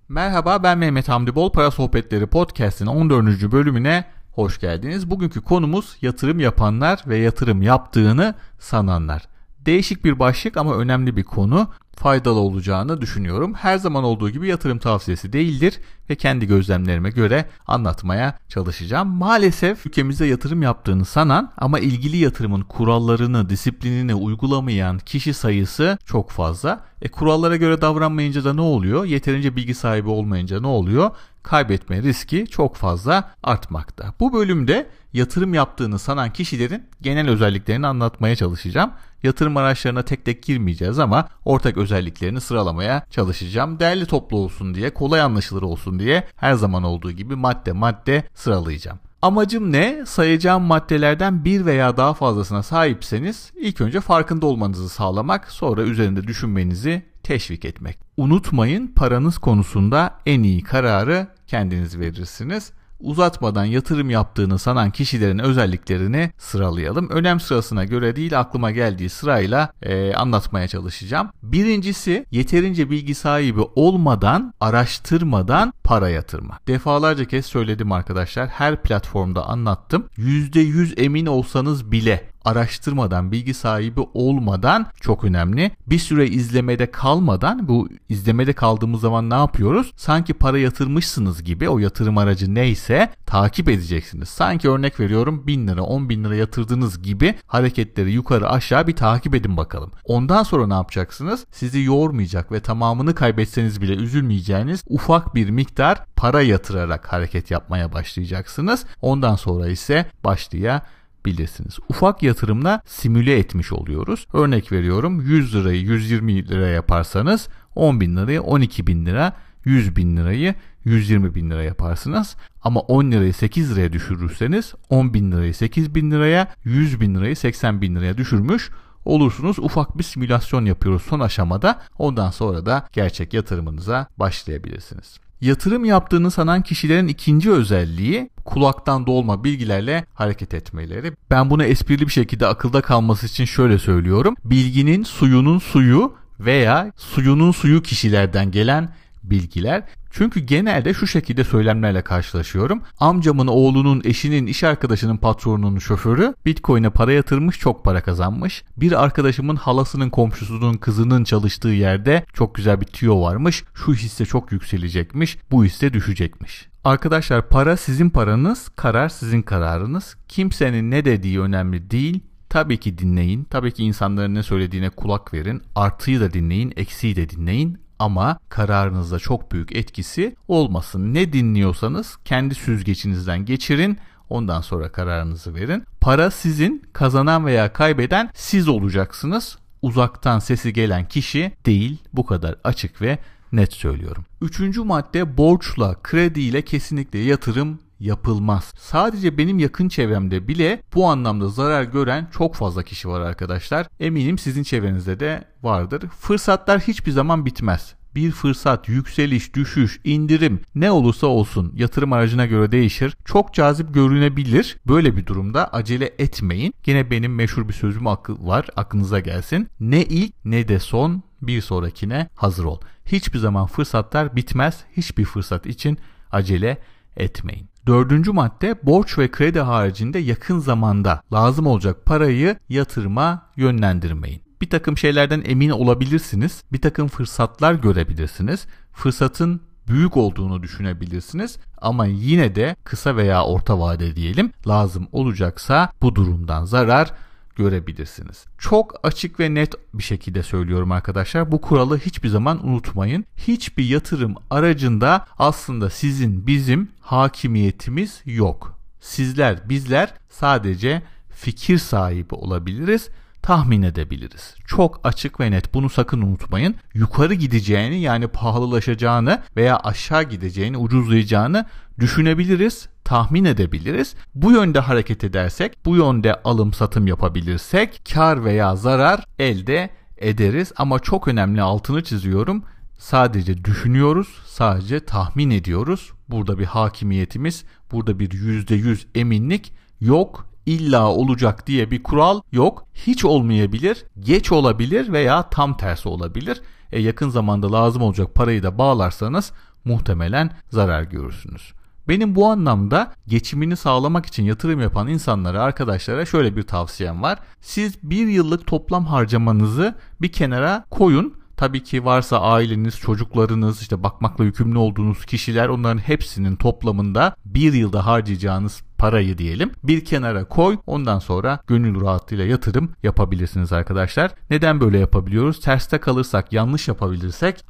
Merhaba, ben Mehmet Hamdi Bol. Para Sohbetleri Podcast'in 14. bölümüne hoş geldiniz. Bugünkü konumuz yatırım yapanlar ve yatırım yaptığını sananlar. Değişik bir başlık ama önemli bir konu. Faydalı olacağını düşünüyorum. Her zaman olduğu gibi yatırım tavsiyesi değildir ve kendi gözlemlerime göre anlatmaya çalışacağım. Maalesef ülkemizde yatırım yaptığını sanan ama ilgili yatırımın kurallarını, disiplinini uygulamayan kişi sayısı çok fazla. Kurallara göre davranmayınca da ne oluyor? Yeterince bilgi sahibi olmayınca ne oluyor? Kaybetme riski çok fazla artmakta. Bu bölümde yatırım yaptığını sanan kişilerin genel özelliklerini anlatmaya çalışacağım. Yatırım araçlarına tek tek girmeyeceğiz ama ortak özelliklerini sıralamaya çalışacağım. Değerli toplu olsun diye, kolay anlaşılır olsun diye her zaman olduğu gibi madde madde sıralayacağım. Amacım ne? Sayacağım maddelerden bir veya daha fazlasına sahipseniz ilk önce farkında olmanızı sağlamak, sonra üzerinde düşünmenizi teşvik etmek. Unutmayın, paranız konusunda en iyi kararı kendiniz verirsiniz. Uzatmadan yatırım yaptığını sanan kişilerin özelliklerini sıralayalım. Önem sırasına göre değil, aklıma geldiği sırayla anlatmaya çalışacağım. Birincisi, yeterince bilgi sahibi olmadan, araştırmadan para yatırma. Defalarca kez söyledim arkadaşlar. Her platformda anlattım. %100 emin olsanız bile araştırmadan, bilgi sahibi olmadan çok önemli. Bir süre izlemede kalmadan, bu izlemede kaldığımız zaman ne yapıyoruz? Sanki para yatırmışsınız gibi, o yatırım aracı neyse takip edeceksiniz. Sanki örnek veriyorum 1000 lira, 10 bin lira yatırdığınız gibi hareketleri yukarı aşağı bir takip edin bakalım. Ondan sonra ne yapacaksınız? Sizi yormayacak ve tamamını kaybetseniz bile üzülmeyeceğiniz ufak bir miktar para yatırarak hareket yapmaya başlayacaksınız. Ondan sonra ise başlayabilirsiniz. Ufak yatırımla simüle etmiş oluyoruz. Örnek veriyorum, 100 lirayı 120 lira yaparsanız 10 bin lirayı 12 bin lira, 100 bin lirayı 120 bin lira yaparsınız. Ama 10 lirayı 8 liraya düşürürseniz 10 bin lirayı 8 bin liraya, 100 bin lirayı 80 bin liraya düşürmüş olursunuz. Ufak bir simülasyon yapıyoruz son aşamada. Ondan sonra da gerçek yatırımınıza başlayabilirsiniz. Yatırım yaptığını sanan kişilerin ikinci özelliği kulaktan dolma bilgilerle hareket etmeleri. Ben bunu esprili bir şekilde akılda kalması için şöyle söylüyorum. Bilginin suyunun suyu veya suyunun suyu kişilerden gelen bilgiler. Çünkü genelde şu şekilde söylemlerle karşılaşıyorum. Amcamın oğlunun, eşinin, iş arkadaşının patronunun şoförü Bitcoin'e para yatırmış, çok para kazanmış. Bir arkadaşımın halasının komşusunun kızının çalıştığı yerde çok güzel bir tüyo varmış. Şu hisse çok yükselecekmiş, bu hisse düşecekmiş. Arkadaşlar, para sizin paranız, karar sizin kararınız. Kimsenin ne dediği önemli değil. Tabii ki dinleyin. Tabii ki insanların ne söylediğine kulak verin. Artıyı da dinleyin, eksiği de dinleyin. Ama kararınızda çok büyük etkisi olmasın. Ne dinliyorsanız kendi süzgecinizden geçirin. Ondan sonra kararınızı verin. Para sizin, kazanan veya kaybeden siz olacaksınız. Uzaktan sesi gelen kişi değil. Bu kadar açık ve net söylüyorum. Üçüncü madde, borçla, krediyle kesinlikle yatırım yapılmaz. Sadece benim yakın çevremde bile bu anlamda zarar gören çok fazla kişi var arkadaşlar. Eminim sizin çevrenizde de vardır. Fırsatlar hiçbir zaman bitmez. Bir fırsat, yükseliş, düşüş, indirim ne olursa olsun yatırım aracına göre değişir. Çok cazip görünebilir. Böyle bir durumda acele etmeyin. Yine benim meşhur bir sözüm var, aklınıza gelsin. Ne ilk ne de son, bir sonrakine hazır ol. Hiçbir zaman fırsatlar bitmez. Hiçbir fırsat için acele etmeyin. Dördüncü madde, borç ve kredi haricinde yakın zamanda lazım olacak parayı yatırıma yönlendirmeyin. Bir takım şeylerden emin olabilirsiniz. Bir takım fırsatlar görebilirsiniz. Fırsatın büyük olduğunu düşünebilirsiniz. Ama yine de kısa veya orta vade diyelim, lazım olacaksa bu durumdan zarar görebilirsiniz. Çok açık ve net bir şekilde söylüyorum arkadaşlar. Bu kuralı hiçbir zaman unutmayın. Hiçbir yatırım aracında aslında sizin, bizim hakimiyetimiz yok. Sizler, bizler sadece fikir sahibi olabiliriz, tahmin edebiliriz. Çok açık ve net. Bunu sakın unutmayın. Yukarı gideceğini, yani pahalılaşacağını veya aşağı gideceğini, ucuzlayacağını düşünebiliriz, tahmin edebiliriz. Bu yönde hareket edersek, bu yönde alım satım yapabilirsek kar veya zarar elde ederiz. Ama çok önemli, altını çiziyorum. Sadece düşünüyoruz, sadece tahmin ediyoruz. Burada bir hakimiyetimiz, burada bir %100 eminlik yok illa olacak diye bir kural yok. Hiç olmayabilir, geç olabilir veya tam tersi olabilir. Yakın zamanda lazım olacak parayı da bağlarsanız muhtemelen zarar görürsünüz. Benim bu anlamda geçimini sağlamak için yatırım yapan insanlara, arkadaşlara şöyle bir tavsiyem var. Siz bir yıllık toplam harcamanızı bir kenara koyun. Tabii ki varsa aileniz, çocuklarınız, işte bakmakla yükümlü olduğunuz kişiler, onların hepsinin toplamında bir yılda harcayacağınız parayı diyelim bir kenara koy. Ondan sonra gönül rahatlığıyla yatırım yapabilirsiniz arkadaşlar. Neden böyle yapabiliyoruz? Terste kalırsak, yanlış yapabilirsek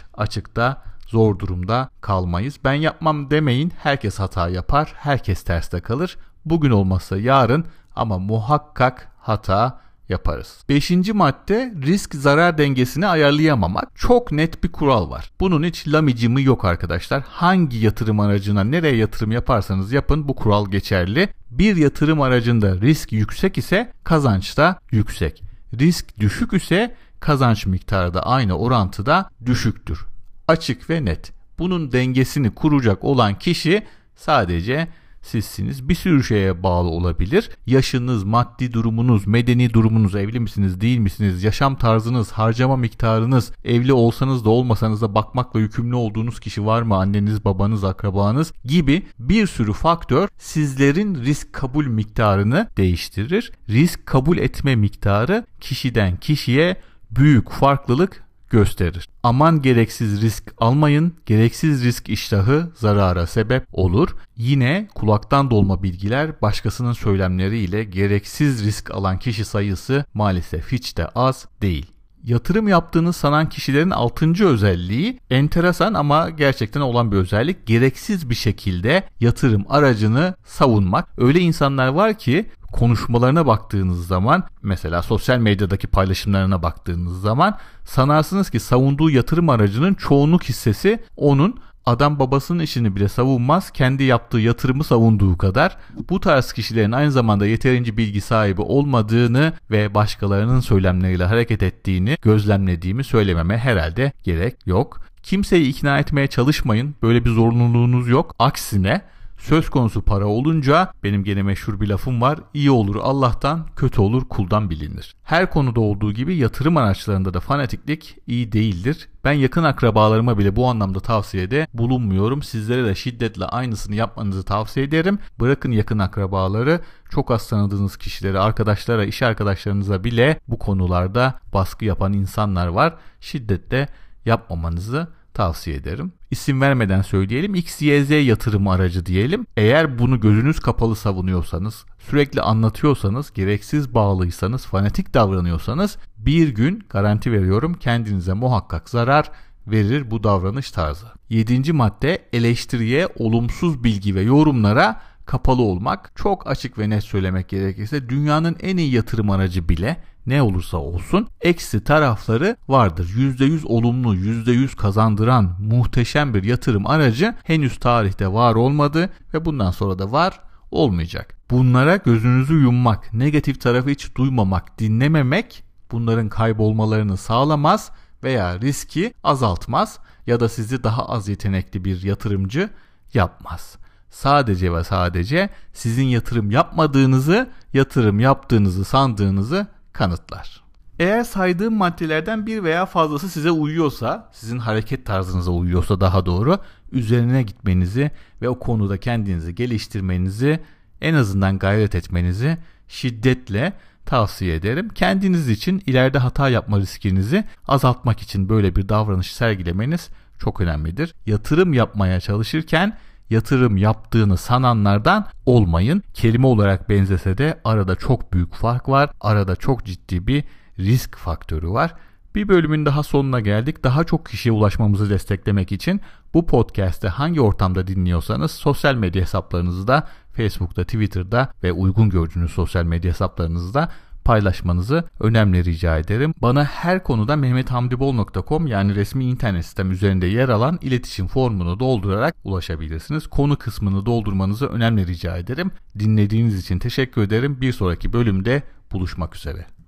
açıkta zor durumda kalmayız. Ben yapmam demeyin. Herkes hata yapar. Herkes terste kalır. Bugün olmazsa yarın ama muhakkak hata yaparız. 5. madde risk zarar dengesini ayarlayamamak. Çok net bir kural var. Bunun hiç lamicimi yok arkadaşlar. Hangi yatırım aracına nereye yatırım yaparsanız yapın bu kural geçerli. Bir yatırım aracında risk yüksek ise kazanç da yüksek. Risk düşük ise kazanç miktarı da aynı orantıda düşüktür. Açık ve net. Bunun dengesini kuracak olan kişi sadece sizsiniz. Bir sürü şeye bağlı olabilir. Yaşınız, maddi durumunuz, medeni durumunuz, evli misiniz, değil misiniz, yaşam tarzınız, harcama miktarınız, evli olsanız da olmasanız da bakmakla yükümlü olduğunuz kişi var mı, anneniz, babanız, akrabanız gibi bir sürü faktör sizlerin risk kabul miktarını değiştirir. Risk kabul etme miktarı kişiden kişiye büyük farklılık gösterir. Aman gereksiz risk almayın. Gereksiz risk iştahı zarara sebep olur. Yine kulaktan dolma bilgiler, başkasının söylemleriyle gereksiz risk alan kişi sayısı maalesef hiç de az değil. Yatırım yaptığını sanan kişilerin 6. özelliği enteresan ama gerçekten olan bir özellik. Gereksiz bir şekilde yatırım aracını savunmak. Öyle insanlar var ki konuşmalarına baktığınız zaman, mesela sosyal medyadaki paylaşımlarına baktığınız zaman sanarsınız ki savunduğu yatırım aracının çoğunluk hissesi onun. Adam babasının işini bile savunmaz, kendi yaptığı yatırımı savunduğu kadar. Bu tarz kişilerin aynı zamanda yeterince bilgi sahibi olmadığını ve başkalarının söylemleriyle hareket ettiğini gözlemlediğimi söylememe herhalde gerek yok. Kimseyi ikna etmeye çalışmayın. Böyle bir zorunluluğunuz yok. Aksine söz konusu para olunca benim gene meşhur bir lafım var. İyi olur Allah'tan, kötü olur kuldan bilinir. Her konuda olduğu gibi yatırım araçlarında da fanatiklik iyi değildir. Ben yakın akrabalarıma bile bu anlamda tavsiyede bulunmuyorum. Sizlere de şiddetle aynısını yapmanızı tavsiye ederim. Bırakın yakın akrabaları, çok az tanıdığınız kişileri, arkadaşlara, iş arkadaşlarınıza bile bu konularda baskı yapan insanlar var. Şiddetle yapmamanızı tavsiye ederim. İsim vermeden söyleyelim. XYZ yatırım aracı diyelim. Eğer bunu gözünüz kapalı savunuyorsanız, sürekli anlatıyorsanız, gereksiz bağlıysanız, fanatik davranıyorsanız bir gün garanti veriyorum kendinize muhakkak zarar verir bu davranış tarzı. 7. madde eleştiriye, olumsuz bilgi ve yorumlara kapalı olmak. Çok açık ve net söylemek gerekirse dünyanın en iyi yatırım aracı bile ne olursa olsun eksi tarafları vardır. %100 olumlu, %100 kazandıran muhteşem bir yatırım aracı henüz tarihte var olmadı ve bundan sonra da var olmayacak. Bunlara gözünüzü yummak, negatif tarafı hiç duymamak, dinlememek bunların kaybolmalarını sağlamaz veya riski azaltmaz ya da sizi daha az yetenekli bir yatırımcı yapmaz. Sadece ve sadece sizin yatırım yapmadığınızı, yatırım yaptığınızı sandığınızı kanıtlar. Eğer saydığım maddelerden bir veya fazlası size uyuyorsa, sizin hareket tarzınıza uyuyorsa daha doğru, üzerine gitmenizi ve o konuda kendinizi geliştirmenizi, en azından gayret etmenizi şiddetle tavsiye ederim. Kendiniz için ileride hata yapma riskinizi azaltmak için böyle bir davranış sergilemeniz çok önemlidir. Yatırım yapmaya çalışırken yatırım yaptığını sananlardan olmayın. Kelime olarak benzese de arada çok büyük fark var. Arada çok ciddi bir risk faktörü var. Bir bölümün daha sonuna geldik. Daha çok kişiye ulaşmamızı desteklemek için bu podcast'te hangi ortamda dinliyorsanız sosyal medya hesaplarınızda, Facebook'ta, Twitter'da ve uygun gördüğünüz sosyal medya hesaplarınızda paylaşmanızı önemli rica ederim. Bana her konuda mehmethamdibol.com yani resmi internet sistem üzerinde yer alan iletişim formunu doldurarak ulaşabilirsiniz. Konu kısmını doldurmanızı önemli rica ederim. Dinlediğiniz için teşekkür ederim. Bir sonraki bölümde buluşmak üzere.